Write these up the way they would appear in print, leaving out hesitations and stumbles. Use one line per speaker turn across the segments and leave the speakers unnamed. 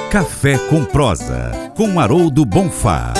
Café com Prosa, com Haroldo Bonfá.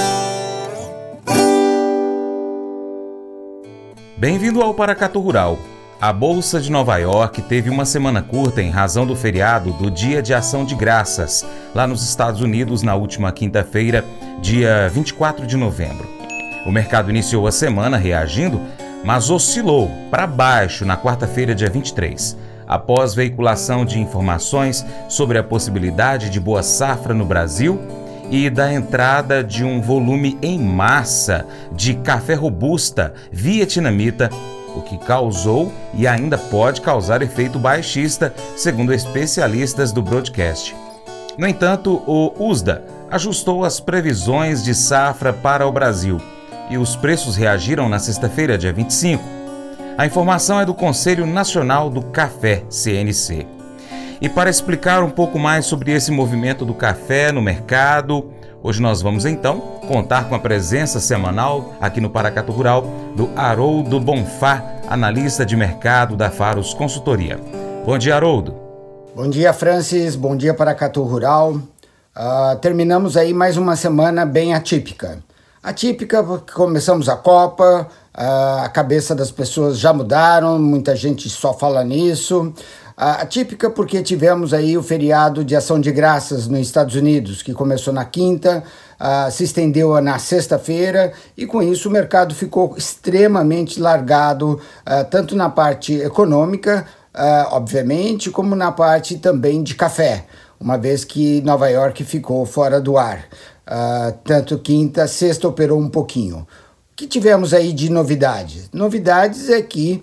Bem-vindo ao Paracatu Rural. A Bolsa de Nova York teve uma semana curta em razão do feriado do Dia de Ação de Graças, lá nos Estados Unidos, na última quinta-feira, dia 24 de novembro. O mercado iniciou a semana reagindo, mas oscilou para baixo na quarta-feira, dia 23, após veiculação de informações sobre a possibilidade de boa safra no Brasil e da entrada de um volume em massa de café robusta vietnamita, o que causou e ainda pode causar efeito baixista, segundo especialistas do broadcast. No entanto, o USDA ajustou as previsões de safra para o Brasil e os preços reagiram na sexta-feira, dia 25. A informação é do Conselho Nacional do Café, CNC. E para explicar um pouco mais sobre esse movimento do café no mercado, hoje nós vamos então contar com a presença semanal aqui no Paracatu Rural do Haroldo Bonfá, analista de mercado da Faros Consultoria. Bom dia, Haroldo.
Bom dia, Francis. Bom dia, Paracatu Rural. Terminamos aí mais uma semana bem atípica. Atípica porque começamos a Copa, a cabeça das pessoas já mudaram, muita gente só fala nisso. Atípica porque tivemos aí o feriado de Ação de Graças nos Estados Unidos, que começou na quinta, se estendeu na sexta-feira, e com isso o mercado ficou extremamente largado, tanto na parte econômica, obviamente, como na parte também de café, uma vez que Nova York ficou fora do ar. Tanto quinta, sexta operou um pouquinho. O que tivemos aí de novidades? Novidades é que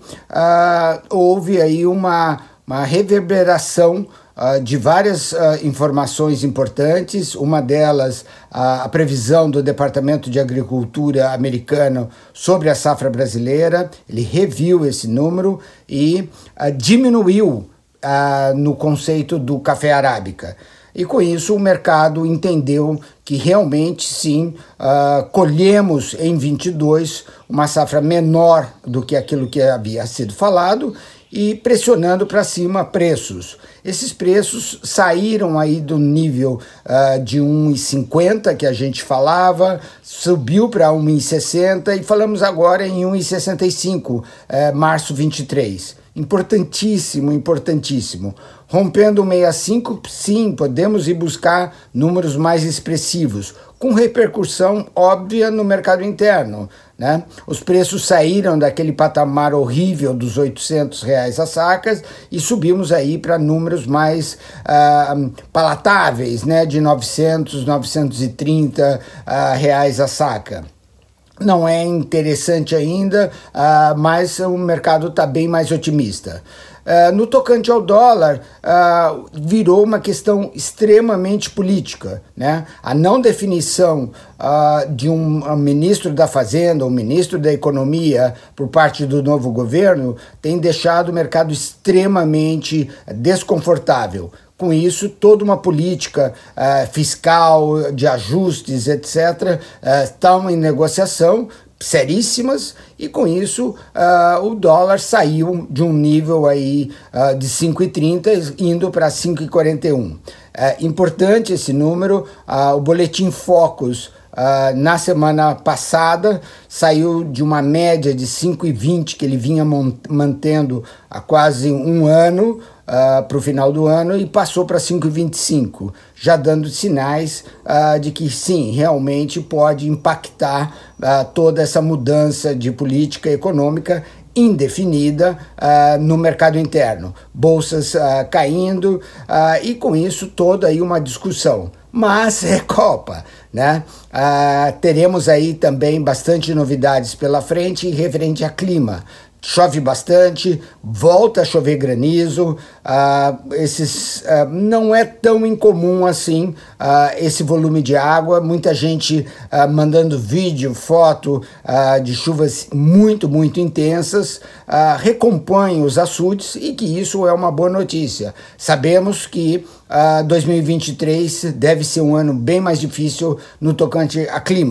houve aí uma reverberação de várias informações importantes. Uma delas, a previsão do Departamento de Agricultura americano sobre a safra brasileira. Ele reviu esse número e diminuiu no conceito do café arábica. E com isso o mercado entendeu que realmente sim, colhemos em 22 uma safra menor do que aquilo que havia sido falado e pressionando para cima preços. Esses preços saíram aí do nível de 1,50 que a gente falava, subiu para 1,60 e falamos agora em 1,65, março 23. Importantíssimo, importantíssimo. Rompendo o 65, sim, podemos ir buscar números mais expressivos, com repercussão óbvia no mercado interno, né? Os preços saíram daquele patamar horrível dos R$800 a sacas e subimos aí para números mais palatáveis, né? De 900, 930 reais a saca. Não é interessante ainda, mas o mercado está bem mais otimista. No tocante ao dólar, virou uma questão extremamente política, né? A não definição de um ministro da Fazenda ou ministro da Economia por parte do novo governo tem deixado o mercado extremamente desconfortável. Com isso, toda uma política fiscal, de ajustes, etc., estão em negociação, seríssimas, e com isso o dólar saiu de um nível aí de 5,30 indo para 5,41. Importante esse número, o Boletim Focus na semana passada saiu de uma média de 5,20 que ele vinha mantendo há quase um ano, para o final do ano, e passou para 5,25, já dando sinais de que sim, realmente pode impactar toda essa mudança de política econômica indefinida no mercado interno. Bolsas caindo e com isso toda aí uma discussão. Mas é Copa, né? Teremos aí também bastante novidades pela frente referente a clima. Chove bastante, volta a chover granizo, não é tão incomum assim esse volume de água, muita gente mandando vídeo, foto de chuvas muito, muito intensas, recompõe os açudes e que isso é uma boa notícia. Sabemos que 2023 deve ser um ano bem mais difícil no tocante a clima.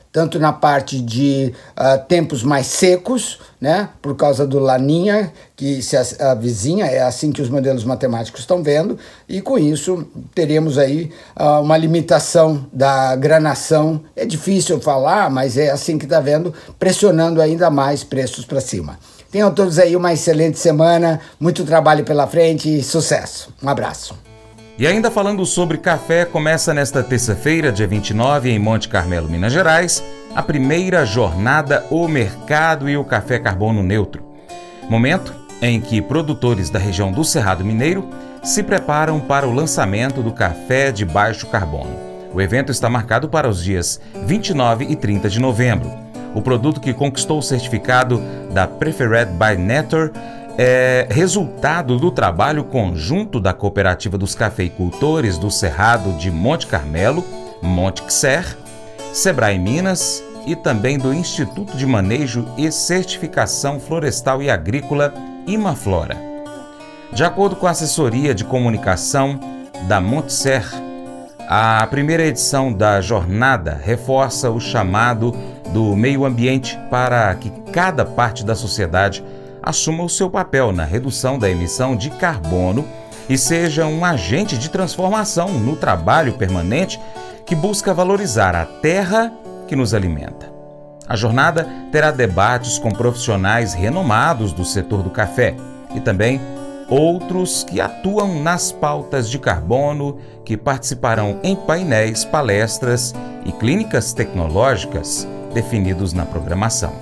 tanto na parte de tempos mais secos, né, por causa do Laninha, que se avizinha, é assim que os modelos matemáticos estão vendo, e com isso teremos aí uma limitação da granação. É difícil falar, mas é assim que está vendo, pressionando ainda mais preços para cima. Tenham todos aí uma excelente semana, muito trabalho pela frente e sucesso. Um abraço.
E ainda falando sobre café, começa nesta terça-feira, dia 29, em Monte Carmelo, Minas Gerais, a primeira jornada O Mercado e o Café Carbono Neutro. Momento em que produtores da região do Cerrado Mineiro se preparam para o lançamento do café de baixo carbono. O evento está marcado para os dias 29 e 30 de novembro. O produto que conquistou o certificado da Preferred by Nettor é resultado do trabalho conjunto da Cooperativa dos Cafeicultores do Cerrado de Monte Carmelo, Monte Xer, Sebrae Minas e também do Instituto de Manejo e Certificação Florestal e Agrícola, Imaflora. De acordo com a assessoria de comunicação da Monte Xer, a primeira edição da jornada reforça o chamado do meio ambiente para que cada parte da sociedade assuma o seu papel na redução da emissão de carbono e seja um agente de transformação no trabalho permanente que busca valorizar a terra que nos alimenta. A jornada terá debates com profissionais renomados do setor do café e também outros que atuam nas pautas de carbono, que participarão em painéis, palestras e clínicas tecnológicas definidos na programação.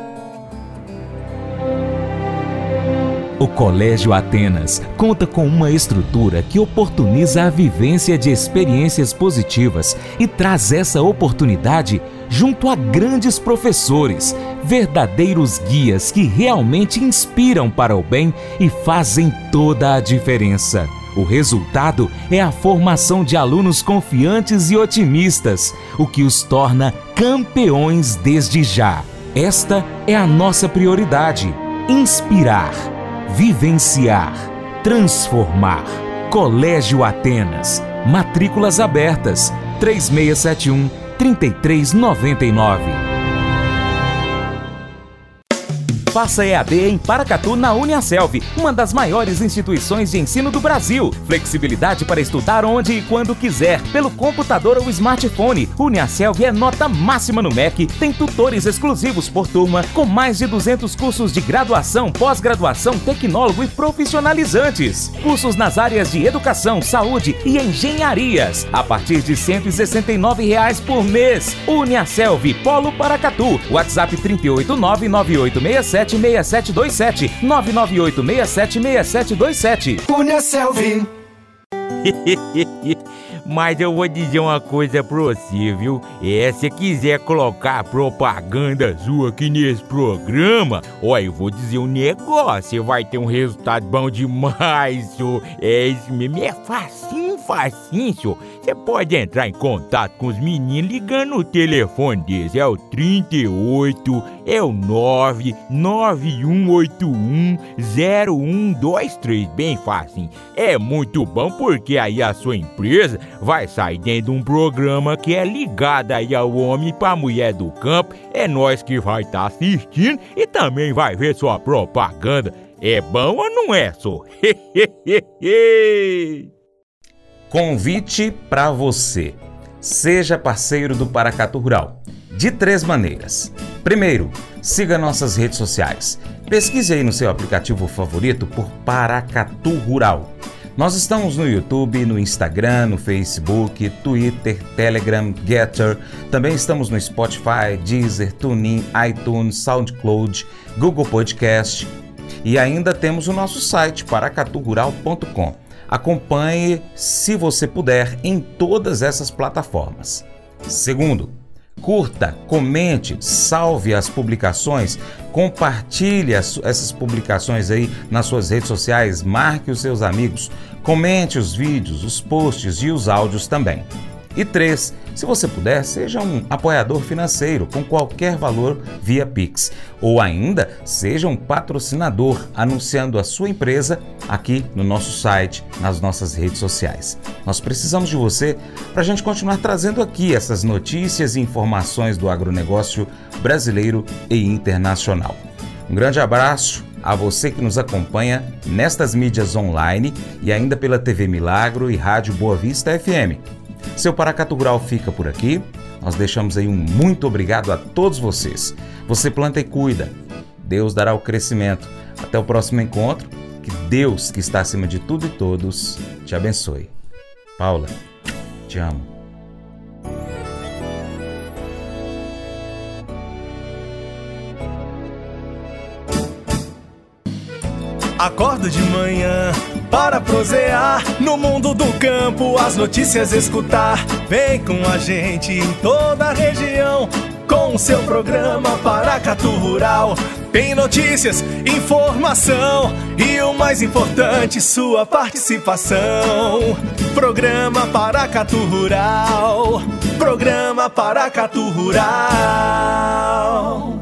O Colégio Atenas conta com uma estrutura que oportuniza a vivência de experiências positivas e traz essa oportunidade junto a grandes professores, verdadeiros guias que realmente inspiram para o bem e fazem toda a diferença. O resultado é a formação de alunos confiantes e otimistas, o que os torna campeões desde já. Esta é a nossa prioridade: inspirar, vivenciar, transformar. Colégio Atenas. Matrículas abertas. 3671-3399. Faça EAD em Paracatu na Uniaselv, uma das maiores instituições de ensino do Brasil. Flexibilidade para estudar onde e quando quiser, pelo computador ou smartphone. Uniaselv é nota máxima no MEC, tem tutores exclusivos por turma, com mais de 200 cursos de graduação, pós-graduação, tecnólogo e profissionalizantes. Cursos nas áreas de educação, saúde e engenharias, a partir de R$ 169 por mês. Uniaselv, Polo Paracatu. WhatsApp 3899867 6727 998676727.
Uniaselv.
Mas eu vou dizer uma coisa pra você, viu? Se quiser colocar propaganda sua aqui nesse programa, eu vou dizer um negócio, você vai ter um resultado bom demais, senhor. Isso mesmo, é facinho, senhor. Você pode entrar em contato com os meninos ligando o telefone deles, é o 38, é o 991810123, bem facinho. É muito bom porque aí a sua empresa vai sair dentro de um programa que é ligado aí ao homem pra mulher do campo. É nós que vai estar assistindo e também vai ver sua propaganda. É bom ou não é, só?
Convite para você. Seja parceiro do Paracatu Rural. De 3 maneiras. Primeiro, siga nossas redes sociais. Pesquise aí no seu aplicativo favorito por Paracatu Rural. Nós estamos no YouTube, no Instagram, no Facebook, Twitter, Telegram, Getter. Também estamos no Spotify, Deezer, TuneIn, iTunes, SoundCloud, Google Podcast. E ainda temos o nosso site, paracaturural.com. Acompanhe, se você puder, em todas essas plataformas. Segundo, curta, comente, salve as publicações, compartilhe essas publicações aí nas suas redes sociais, marque os seus amigos, comente os vídeos, os posts e os áudios também. E 3, se você puder, seja um apoiador financeiro com qualquer valor via Pix. Ou ainda, seja um patrocinador anunciando a sua empresa aqui no nosso site, nas nossas redes sociais. Nós precisamos de você para a gente continuar trazendo aqui essas notícias e informações do agronegócio brasileiro e internacional. Um grande abraço a você que nos acompanha nestas mídias online e ainda pela TV Milagro e Rádio Boa Vista FM. Seu Paracatu Rural fica por aqui. Nós deixamos aí um muito obrigado a todos vocês. Você planta e cuida. Deus dará o crescimento. Até o próximo encontro. Que Deus, que está acima de tudo e todos, te abençoe. Paula, te amo.
Acordo de manhã para prosear no mundo do campo, as notícias escutar. Vem com a gente em toda a região com o seu programa Paracatu Rural. Tem notícias, informação e o mais importante, sua participação. Programa Paracatu Rural. Programa Paracatu Rural.